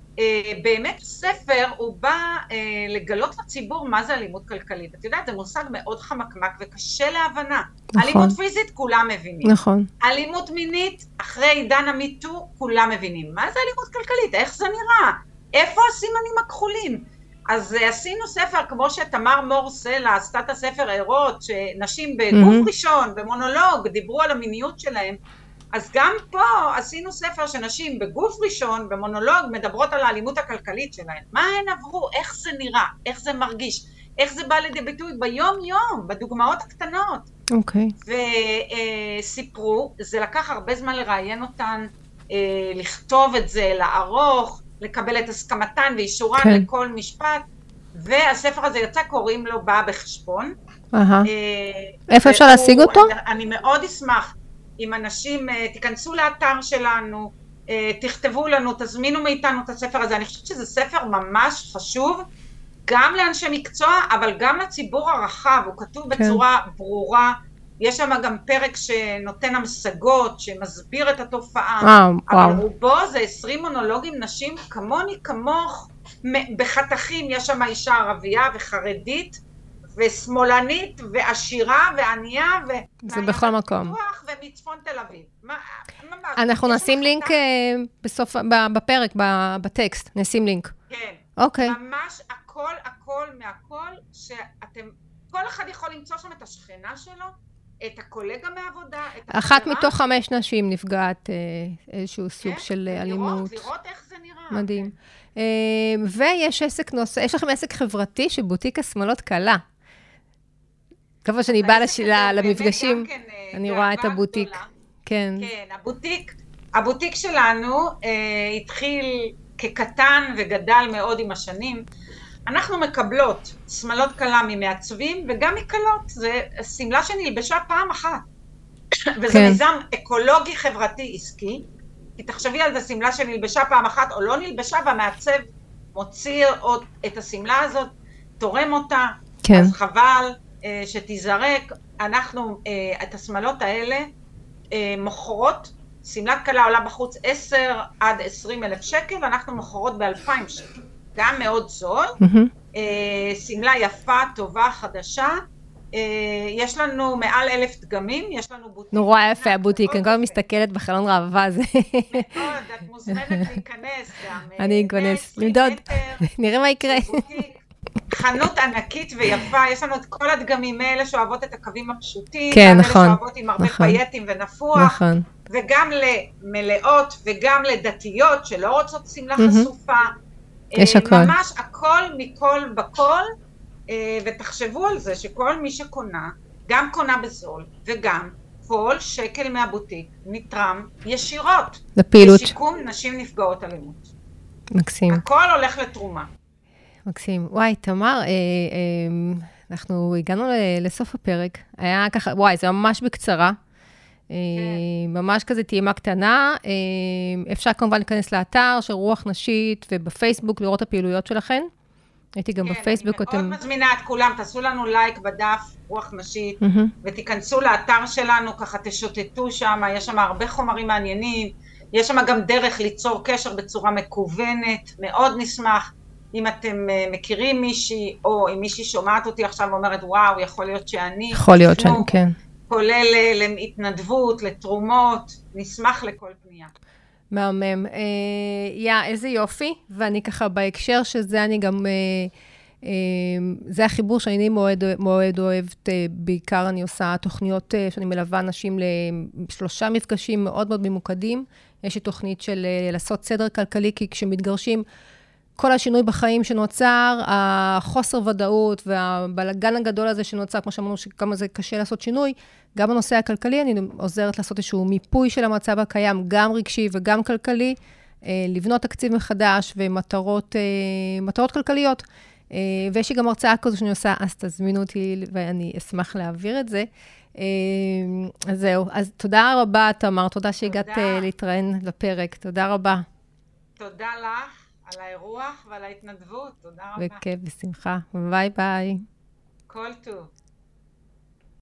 באמת ספר הוא בא לגלות לציבור מה זה אלימות כלכלית. את יודעת, זה מושג מאוד חמקמק וקשה להבנה. נכון. אלימות פיזית כולם מבינים. נכון. אלימות מינית, אחרי עידן המיטו, כולם מבינים. מה זה אלימות כלכלית? איך זה נראה? איפה הסימנים הכחולים? אז עשינו ספר, כמו שתמר מור סלע עשתה את הספר עירות, שנשים בגוף mm-hmm. ראשון, במונולוג, דיברו על המיניות שלהם, אז גם פה עשינו ספר שנשים בגוף ראשון, במונולוג, מדברות על האלימות הכלכלית שלהן. מה הן עברו? איך זה נראה? איך זה מרגיש? איך זה בא לידי ביטוי ביום יום, בדוגמאות הקטנות. אוקיי. Okay. וסיפרו, זה לקח הרבה זמן לראיין אותן, לכתוב את זה, לערוך, לקבל את הסכמתן ואישורן okay. לכל משפט, והספר הזה יצא, קוראים לו בא בחשבון. Uh-huh. איפה אפשר להשיג אותו? אני, אני מאוד אשמח. אם אנשים, תיכנסו לאתר שלנו, תכתבו לנו, תזמינו מאיתנו את הספר הזה. אני חושבת שזה ספר ממש חשוב, גם לאנשי מקצוע, אבל גם לציבור הרחב. הוא כתוב כן. בצורה ברורה. יש שם גם פרק שנותן המשגות, שמסביר את התופעה. אה, אבל וואו. רובו זה עשרים מונולוגים נשים כמוני, כמוך, בחתכים. יש שם אישה ערבייה וחרדית, ושמאלנית, ועשירה, וענייה, ו... זה בכל מקום. ומצפון תל אביב. מה, ממש. אנחנו נשים לינק בסוף, בפרק, בטקסט, נשים לינק. כן. אוקיי. ממש הכל, הכל מהכל, שאתם, כל אחד יכול למצוא שם את השכנה שלו, את הקולגה מעבודה, את החברה. אחת מתוך חמש נשים נפגעת איזשהו סוג כן, של אלימות. לראות, לראות איך זה נראה. מדהים. כן. ויש עסק נושא, יש לכם עסק חברתי שבוטיק השמאלות קלה. כפה שאני באה למפגשים, אני רואה את הבוטיק. כן. כן, הבוטיק, הבוטיק שלנו התחיל כקטן וגדל מאוד עם השנים. אנחנו מקבלות שמלות קלה ממעצבים וגם מקלות. זה סמלה שנלבשה פעם אחת. וזה מיזם אקולוגי חברתי עסקי. כי תחשבי על זה, סמלה שנלבשה פעם אחת או לא נלבשה, והמעצב מוציא את הסמלה הזאת, תורם אותה, אז חבל. שתזרק. אנחנו את השמלות האלה מוכרות, סמלת קלה עולה בחוץ עשר עד עשרים אלף שקל, אנחנו מוכרות ב-אלפיים שקל, גם מאוד זול, סמלה יפה, טובה, חדשה, יש לנו מעל אלף דגמים, יש לנו בוטיק. נורא יפה הבוטיק, אני כבר מסתכלת בחלון ראווה הזה. מאוד, את מוזמנת להיכנס גם. אני אכנס, למדוד, נראה מה יקרה. חנות ענקית ויפה, יש לנו את כל הדגמים האלה שאוהבות את הקווים הפשוטים, כן, נכון. שאוהבות עם הרבה פייטים ונפוח, נכון. וגם למלאות וגם לדתיות שלא רוצות שמלה חשופה. יש הכל. ממש הכל מכל בכל, ותחשבו על זה שכל מי שקונה, גם קונה בזול, וגם כל שקל מהבוטיק נתרם ישירות. לפעילות. לשיקום נשים נפגעות אלימות. מקסים. הכל הולך לתרומה. מקסים. וואי, תמר, אה, אה, אנחנו הגענו לסוף הפרק. היה ככה, וואי, זה ממש בקצרה. אה, ממש כזה טעימה קטנה. אה, אפשר כמובן להיכנס לאתר של רוח נשית, ובפייסבוק לראות הפעילויות שלכן. הייתי גם כן, בפייסבוק. אני מאוד אתם... מזמינה את כולם, תעשו לנו לייק בדף רוח נשית, mm-hmm. ותיכנסו לאתר שלנו, ככה תשוטטו שם, יש שם הרבה חומרים מעניינים, יש שם גם דרך ליצור קשר בצורה מקוונת, מאוד נשמח. אם אתם מכירים מישהי, או אם מישהי שומעת אותי עכשיו ואומרת, וואו, יכול להיות שאני, יכול להיות שאני, כן. כולל להתנדבות, לתרומות, נשמח לכל פנייה. מהמם. אה, יא, איזה יופי, ואני ככה בהקשר שזה אני גם, אה, אה, זה החיבור שאני מאוד, מאוד אוהבת, אה, בעיקר אני עושה תוכניות אה, שאני מלווה אנשים לשלושה מפגשים מאוד מאוד ממוקדים, יש לי תוכנית של אה, לעשות סדר כלכלי, כי כשמתגרשים, כל השינוי בחיים שנוצר, החוסר ודאות והבלגן הגדול הזה שנוצר, כמו שאמרנו שכמה זה קשה לעשות שינוי, גם בנושא הכלכלי, אני עוזרת לעשות איזשהו מיפוי של המצב הקיים, גם רגשי וגם כלכלי, לבנות תקציב מחדש ומטרות מטרות כלכליות. ויש לי גם הרצאה כזו שאני עושה, אז תזמינו אותי ואני אשמח להעביר את זה. אז זהו, אז תודה רבה, תמר, תודה שהגעת להתראיין לפרק, תודה רבה. תודה לך. על האירוח ועל ההתנדבות, תודה רבה. וכיף, בשמחה. ביי ביי. כל טוב.